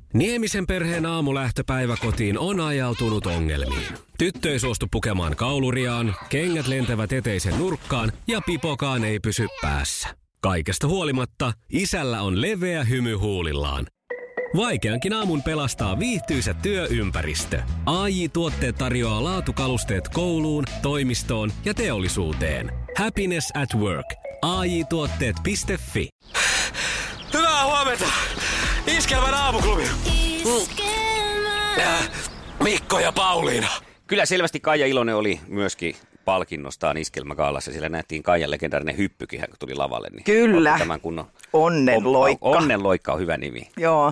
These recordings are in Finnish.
Niemisen perheen aamulähtöpäivä kotiin on ajautunut ongelmiin. Tyttö ei suostu pukemaan kauluriaan, kengät lentävät eteisen nurkkaan ja pipokaan ei pysy päässä. Kaikesta huolimatta, isällä on leveä hymy huulillaan. Vaikeankin aamun pelastaa viihtyisä työympäristö. AJ-tuotteet tarjoaa laatukalusteet kouluun, toimistoon ja teollisuuteen. Happiness at work. AJ-tuotteet.fi. Hyvää huomenta! Iskelmän aamuklubi! Mikko ja Pauliina. Kyllä selvästi Kaija Ilonen oli myöskin palkinnostaan Iskelmägaalassa. Siellä nähtiin Kaijan legendaarinen hyppykin, kun tuli lavalle. Niin kyllä. Tämän kunnon Onnenloikka. Onnenloikka on hyvä nimi. Joo.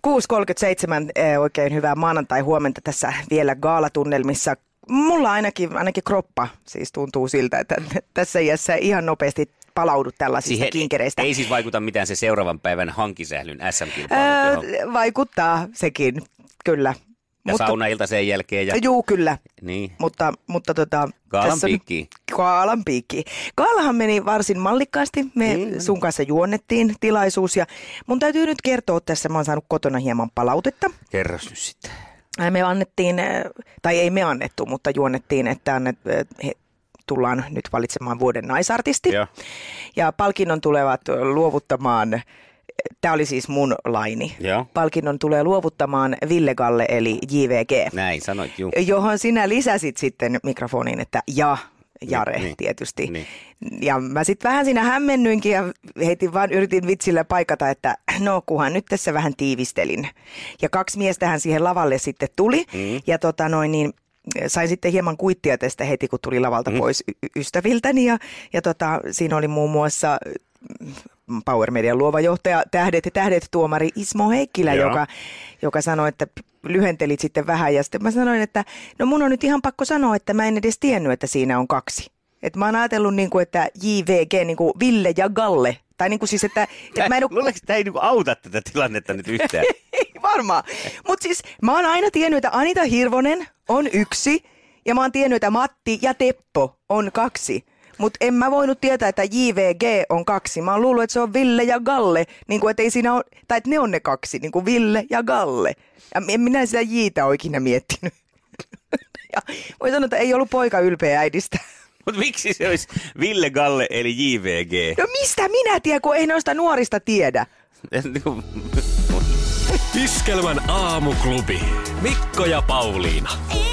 6.37 oikein hyvää maanantai-huomenta tässä vielä gaalatunnelmissa. Mulla ainakin kroppa siis tuntuu siltä, että tässä iässä ihan nopeasti palaudu tällaisista kinkereistä. Ei siis vaikuta mitään se seuraavan päivän hankisählyn SM-kilpailut. Vaikuttaa sekin, kyllä. Ja saunailta sen jälkeen. Ja... Juu, kyllä. Niin. Mutta Gaalan piikkiin. Gaalan piikkiin. Gaalahan meni varsin mallikkaasti. Me sun kanssa juonnettiin tilaisuus ja mun täytyy nyt kertoa tässä, mä oon saanut kotona hieman palautetta. Kerros nyt sitten. Me annettiin, tai ei me annettu, mutta juonnettiin, että tullaan nyt valitsemaan vuoden naisartisti. Ja palkinnon tulevat luovuttamaan, tämä oli siis mun laini, palkinnon tulee luovuttamaan Ville Galle eli JVG. Näin sanoit, juu. Johon sinä lisäsit sitten mikrofoniin, että Jare tietysti. Niin. Ja mä sitten vähän siinä hämmennyinkin ja yritin vitsillä paikata, että no kunhan nyt tässä vähän tiivistelin. Ja 2 miestähän siihen lavalle sitten tuli ja sain sitten hieman kuittia tästä heti, kun tuli lavalta pois ystäviltäni ja siinä oli muun muassa Power Median luova johtaja Tähdet tuomari Ismo Heikkilä, joka sanoi, että lyhentelit sitten vähän ja sitten mä sanoin, että no mun on nyt ihan pakko sanoa, että mä en edes tiennyt, että siinä on 2. Että mä oon ajatellut että JVG Ville ja Galle. Tai siis, että mä en ole... Luuleeko, että tämä ei auta tätä tilannetta nyt yhtään? Ei varmaan. Mutta siis mä oon aina tiennyt, että Anita Hirvonen on 1 ja mä oon tiennyt, että Matti ja Teppo on 2. Mutta en mä voinut tietää, että JVG on 2. Mä oon luullut, että se on Ville ja Galle, että ei siinä ole, tai että ne on ne 2, Ville ja Galle. Ja en minä sitä Jiitä ole ikinä miettinyt. Ja voi sanoa, että ei ollut poika ylpeä äidistä. Mutta miksi se olisi Ville Galle eli JVG? No mistä minä tiedän, kun ei noista nuorista tiedä? Iskelmän aamuklubi. Mikko ja Pauliina.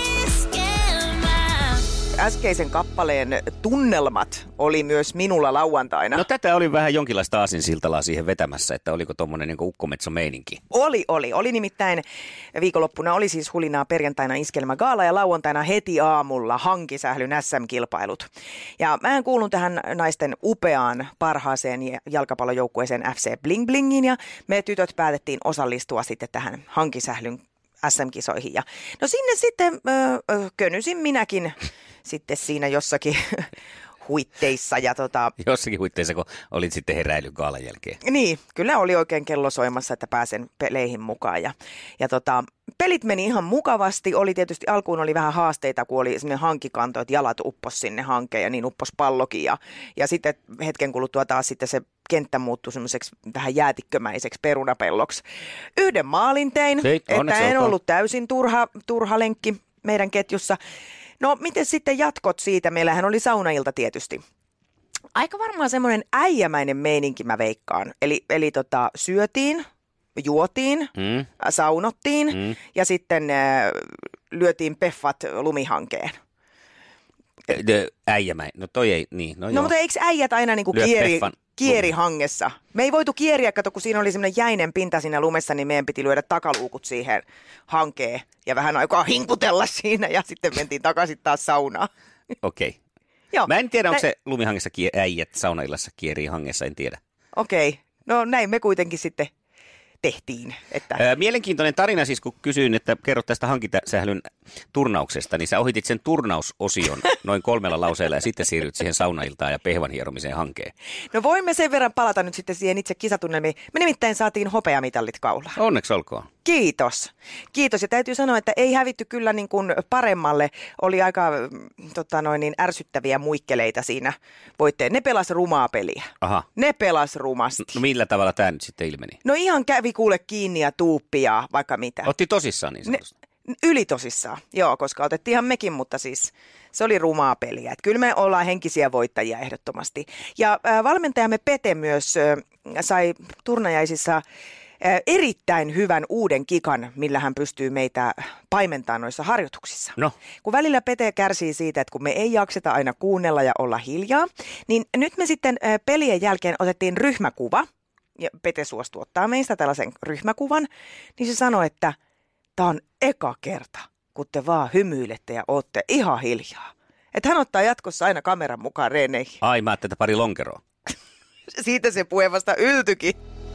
Äskeisen kappaleen tunnelmat oli myös minulla lauantaina. No tätä oli vähän jonkinlaista aasinsiltalaa siihen vetämässä, että oliko tommonen niin kuin ukkometso-meininki? Oli nimittäin viikonloppuna oli siis hulinaa perjantaina Iskelmägaala ja lauantaina heti aamulla hankisählyn SM-kilpailut. Ja mä kuulun tähän naisten upeaan parhaaseen jalkapallojoukkueeseen FC Bling Blingin ja me tytöt päätettiin osallistua sitten tähän hankisählyn SM-kisoihin. Ja no sinne sitten könysin minäkin sitten siinä jossakin huitteissa. Ja Jossakin huitteissa, kun olit sitten heräillyt gaalan jälkeen. Niin, kyllä oli oikein kello soimassa, että pääsen peleihin mukaan. Ja pelit meni ihan mukavasti. Oli tietysti alkuun oli vähän haasteita, kun oli semmoinen hankikanto, että jalat uppos sinne hankeen ja niin uppos pallokin. Ja sitten hetken kuluttua taas sitten se kenttä muuttui semmoiseksi vähän jäätikkömäiseksi perunapelloksi. 1 maalin tein, että en ollut täysin turha lenkki meidän ketjussa. No, miten sitten jatkot siitä? Meillähän oli saunailta tietysti. Aika varmaan semmoinen äijämäinen meininki mä veikkaan. Eli syötiin, juotiin, saunottiin ja sitten lyötiin peffat lumihankeen. Äijämäinen, no toi ei, niin. No mutta eikö äijät aina kieri hangessa? Me ei voitu kieriä, kato kun siinä oli semmoinen jäinen pinta siinä lumessa, niin meidän piti lyödä takaluukut siihen hankeen ja vähän aikaa hinkutella siinä ja sitten mentiin takaisin taas saunaan. Okei. Joo. Mä en tiedä, onko se lumihangessa äijät saunaillassa kierii hangessa, en tiedä. Okei. No näin me kuitenkin sitten tehtiin. Että... Mielenkiintoinen tarina siis, kun kysyin, että kerrot tästä hankisählyn turnauksesta, niin sä ohitit sen turnausosion noin 3 lauseella ja sitten siirryt siihen saunailtaan ja pehvan hieromiseen hankeen. No voimme sen verran palata nyt sitten siihen itse kisatunnelmiin. Me nimittäin saatiin hopeamitalit kaulaan. Onneksi olkoon. Kiitos. Ja täytyy sanoa, että ei hävitty kyllä niin kuin paremmalle. Oli aika ärsyttäviä muikkeleita siinä voitteen. Ne pelas rumaa peliä. Aha. Ne pelas rumasti. No millä tavalla tämä nyt sitten ilmeni? No ihan kävi kuule kiinni ja tuuppia vaikka mitä. Otti tosissaan niin sanotusti. Ylitosissaan, joo, koska otettiinhan mekin, mutta siis se oli rumaa peliä. Et kyllä me ollaan henkisiä voittajia ehdottomasti. Ja valmentajamme Pete myös sai turnajaisissa erittäin hyvän uuden kikan, millä hän pystyy meitä paimentamaan noissa harjoituksissa. No. Kun välillä Pete kärsii siitä, että kun me ei jakseta aina kuunnella ja olla hiljaa, niin nyt me sitten pelien jälkeen otettiin ryhmäkuva, ja Pete suostui ottaa meistä tällaisen ryhmäkuvan, niin se sanoi, että tämä on eka kerta, kun te vaan hymyilette ja ootte ihan hiljaa. Että hän ottaa jatkossa aina kameran mukaan reeneihin. Ai, mä ajattelin, että pari lonkeroa. Siitä se puhe vasta yltyikin.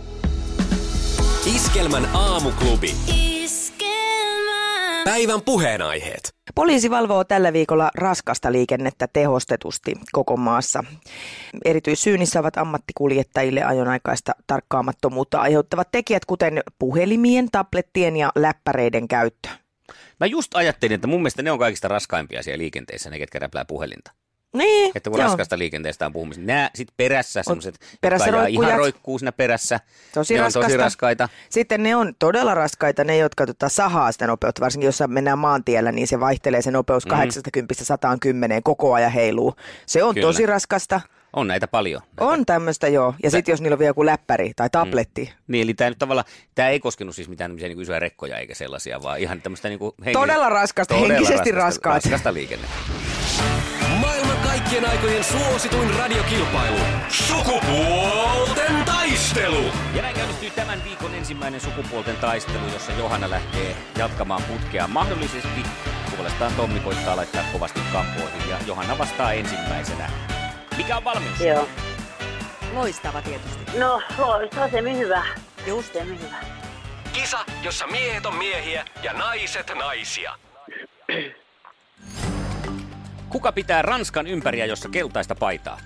Iskelmän aamuklubi. Päivän puheenaiheet. Poliisi valvoo tällä viikolla raskasta liikennettä tehostetusti koko maassa. Erityissyynissä ovat ammattikuljettajille ajonaikaista tarkkaamattomuutta aiheuttavat tekijät, kuten puhelimien, tablettien ja läppäreiden käyttö. Mä just ajattelin, että mun mielestä ne on kaikista raskaimpia siellä liikenteessä, ne ketkä räplää puhelinta. Niin, että kun raskasta liikenteestä on puhumista. Nämä sitten perässä semmoiset, jotka ihan roikkuu siinä perässä. Ne on tosi raskaita. Sitten ne on todella raskaita, ne jotka sahaa sitä nopeutta. Varsinkin jos mennään maantiellä, niin se vaihtelee se nopeus 80-110 koko ajan heiluu. Se on tosi raskasta. On näitä paljon. On tämmöistä joo. Ja sitten jos niillä on vielä joku läppäri tai tabletti. Niin, eli tämä ei koskenut siis mitään niin isoja rekkoja eikä sellaisia, vaan ihan tämmöistä todella raskasta, henkisesti raskasta liikennettä. Maailman kaikkien aikojen suosituin radiokilpailu. Sukupuolten taistelu. Ja näin käynnistyy tämän viikon ensimmäinen sukupuolten taistelu, jossa Johanna lähtee jatkamaan putkea. Mahdollisesti puolestaan Tommi koittaa laittaa kovasti kampoihin ja Johanna vastaa ensimmäisenä. Mikä on valmius? Joo. Loistava tietysti. No, loistava, semmi hyvä. Just semmi hyvä. Kisa, jossa miehet on miehiä ja naiset naisia. Kuka pitää Ranskan ympäriä, jossa keltaista paitaa?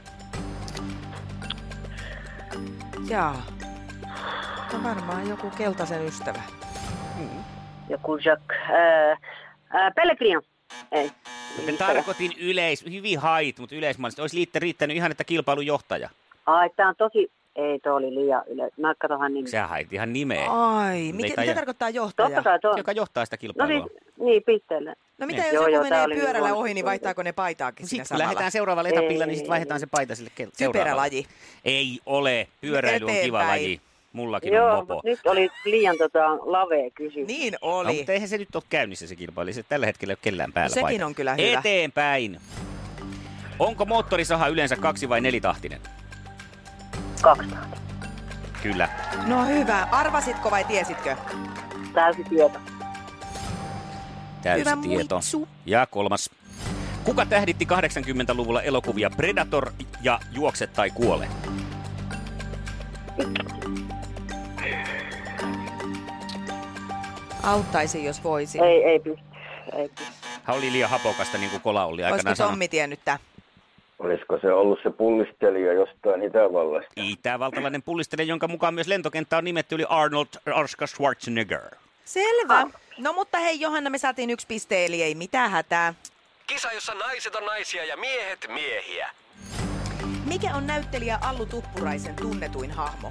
Jaa. On varmaan joku keltaisen ystävä. Joku Jacques. Pellegrino. Ei. Tarkoitin hyvin hait, mutta yleismallisesti. Olisi riittänyt ihan, että kilpailun johtaja. Ai, tää on tosi... Ei, toi oli liian Mä katsohan nimeä. Sä hait ihan nimeä. Ai, mitä tarkoittaa johtaja? Totta kai joka johtaa sitä kilpailua. No niin pisteelle. No mitä jos joku menee pyörällä ohi, niin vaihtaako ne paitaakin siinä samalla? Kun lähdetään seuraavalle etapilla, niin sitten vaihdetaan se paita sille seuraavalle. Typerä laji. Ei ole. Pyöräily on kiva laji. Mullakin on mopo. Joo, nyt oli liian lavea kysymys. Niin oli. No, mutta eihän se nyt ole käynnissä se kilpailu. Se tällä hetkellä ei ole kellään päällä sekin paita. On kyllä hyvä. Eteenpäin. Onko moottorisaha yleensä 2- vai 4-tahtinen? 2-tahtinen. Kyllä. No hyvä. Arvasitko vai tiesitkö? Täysi tieto. Täysi hyvä tieto. Muitsu. Ja 3. Kuka tähditti 80-luvulla elokuvia Predator ja Juokse tai kuole? Auttaisi, jos voisin. Ei pysty. Hän oli liian hapokasta, niin kuin Kola oli aikanaan. Olisiko Tommi tiennyt tämän? Olisiko se ollut se pullistelija jostain Itävallasta? Itävaltalainen pullistelija, jonka mukaan myös lentokenttä on nimetty, oli Arnold Arska Schwarzenegger. Selvä. No mutta hei Johanna, me saatiin 1 piste, eli ei mitään hätää. Kisa, jossa naiset on naisia ja miehet miehiä. Mikä on näyttelijä Allu Tuppuraisen tunnetuin hahmo?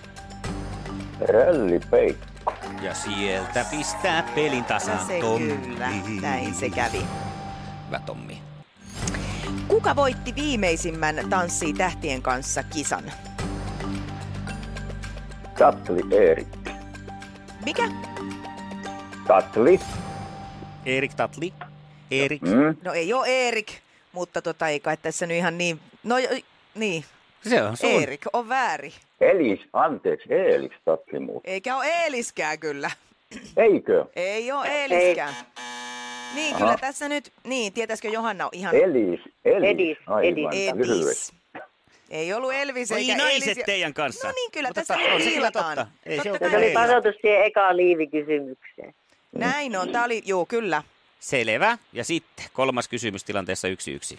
Rällipeikko. Ja sieltä pistää pelin tasan se Tommi. Kyllä, näin se kävi. Hyvä Tommi. Kuka voitti viimeisimmän Tanssii tähtien kanssa -kisan? Tatli Erik. Mikä? Tatli. Erik Tatli. Erik. No ei ole Erik, mutta ei kai tässä nyt ihan niin... No niin. Se on sun. Erik on väärin. Eeliks Tatli muuta. Eikä ole Eeliskään kyllä. Eikö? Ei ole Eeliskään. Niin, kyllä tässä nyt... Niin, tietäisikö Johanna ihan... Edis. Ei ollut Elvis eikä eikä naiset Elis. teidän kanssa. No niin, kyllä mutta tässä nyt hiilataan. Se oli varoitus siihen ekaan liivikysymykseen. Näin on, tää oli... Joo, kyllä. Selvä. Ja sitten 3. kysymys tilanteessa 1-1.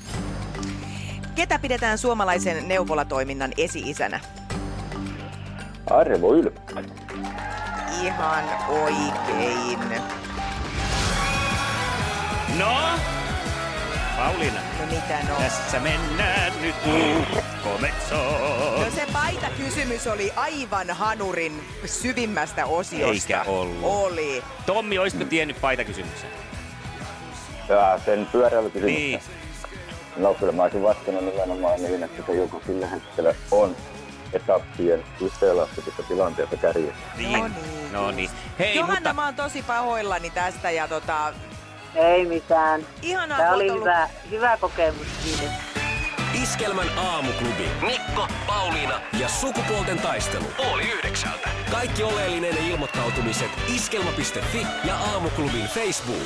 Ketä pidetään suomalaisen neuvolatoiminnan esi-isänä? Arvo Ylppä. ihan oikein. No? Pauliina. No mitä no? Tässä mennään nyt kometsoon. No se paitakysymys oli aivan hanurin syvimmästä osiosta. Eikä ollut. Oli. Tommi, olisitko tiennyt paitakysymyksen? Ja sen pyöräilykysymyksen. Niin. No kyllä mä olisin vastannut nimenomaan niin, että se joku sillä hetkellä on etappien yhteenlasketusta tilanteessa kärjessä. No niin. Hei, Johanna, mutta... mä oon tosi pahoillani tästä ja Ei mitään. ihanaa, Tämä kun oli oot ollut... hyvä kokemus. Kiitos. Iskelmän aamuklubi. Mikko, Pauliina ja sukupuolten taistelu. 8:30. Kaikki oleellinen ilmoittautumiset iskelma.fi ja aamuklubin Facebook.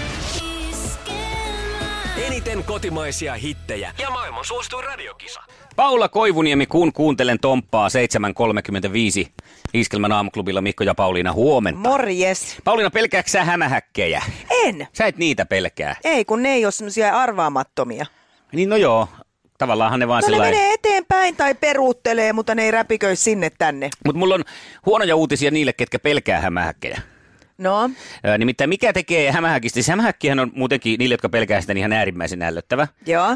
Eniten kotimaisia hittejä ja maailman suosituin radiokisa. Paula Koivuniemi, kun kuuntelen Tomppaa 7.35 Iskelmän aamuklubilla Mikko ja Pauliina, huomenta. Morjes. Pauliina, pelkääksä sä hämähäkkejä? En. Sä et niitä pelkää. Ei, kun ne ei ole semmosia arvaamattomia. Niin no joo, tavallaanhan ne vaan No sellainen... ne menee eteenpäin tai peruuttelee, mutta ne ei räpiköi sinne tänne. Mutta mulla on huonoja uutisia niille, ketkä pelkää hämähäkkejä. No? Nimittäin mikä tekee hämähäkistä? Siis hämähäkkihän on muutenkin niille, jotka pelkää sitä, niin ihan äärimmäisen ällöttävä. Joo.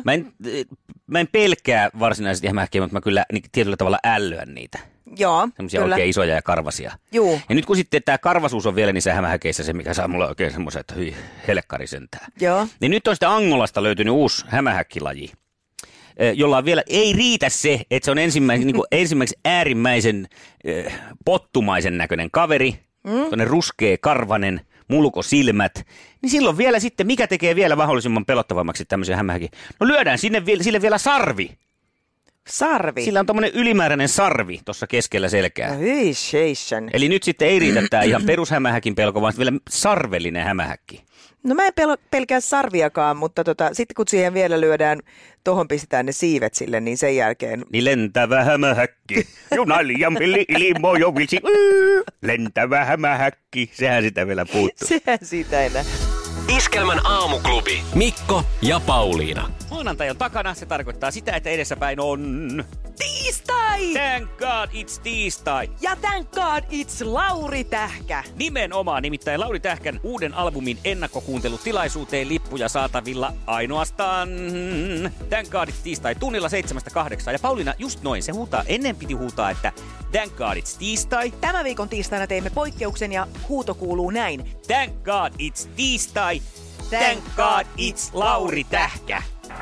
Mä en pelkää varsinaisesti hämähäkkiä, mutta mä kyllä niin tietyllä tavalla ällöän niitä. Joo, Semmoisia kyllä. oikein isoja ja karvasia. Juu. Ja nyt kun sitten tämä karvasuus on vielä niissä hämähäkeissä se, mikä saa mulle oikein semmoisen, että hyi, helkkari sentään. Joo. Niin nyt on sitten Angolasta löytynyt uusi hämähäkkilaji, jolla vielä ei riitä se, että se on ensimmäiseksi äärimmäisen pottumaisen näköinen kaveri, tuonne ruskea karvanen, mulkosilmät, niin silloin vielä sitten, mikä tekee vielä mahdollisimman pelottavammaksi tämmöisen hämähäkin? No lyödään sille vielä sarvi. Sarvi? Sillä on tommonen ylimääräinen sarvi tuossa keskellä selkää. No hyi sheishan. Eli nyt sitten ei riitä tää ihan perushämähäkin pelko, vaan vielä sarvellinen hämähäkki. No mä en pelkää sarviakaan, mutta sitten kun siihen vielä lyödään, tohon pistetään ne siivet sille, niin sen jälkeen... Niin lentävä hämähäkki, junalian pilli ilmo jo vilsi, lentävä hämähäkki, sehän sitä vielä puuttuu. Sehän siitä enää. Iskelmän aamuklubi. Mikko ja Pauliina. Maanantai on takana, se tarkoittaa sitä, että edessäpäin on... Tiistai! Thank God it's tiistai! Ja thank God it's Lauri Tähkä! Nimenomaan, nimittäin Lauri Tähkän uuden albumin ennakkokuuntelutilaisuuteen lippuja saatavilla ainoastaan Thank God it's tiistai tunnilla 7-8. Ja Pauliina, just noin, se huutaa, ennen piti huutaa, että Thank God it's tiistai. Tämän viikon tiistaina teimme poikkeuksen ja huuto kuuluu näin. Thank God it's tiistai. Thank God it's Lauri Tähkä.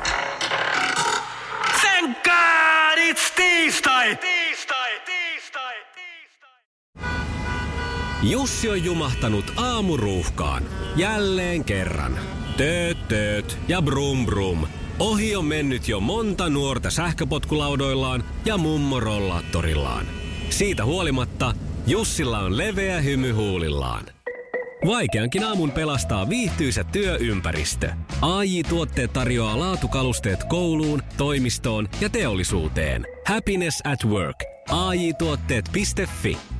Thank God it's tiistai! Tiistai, tiistai, tiistai. Jussi on jumahtanut aamuruuhkaan. Jälleen kerran. Tööt ja brum brum. Ohi on mennyt jo monta nuorta sähköpotkulaudoillaan ja mummorollaattorillaan. Siitä huolimatta Jussilla on leveä hymy huulillaan. Vaikeankin aamun pelastaa viihtyisä työympäristö. AJ-tuotteet tarjoaa laatukalusteet kouluun, toimistoon ja teollisuuteen. Happiness at work. AJ-tuotteet.fi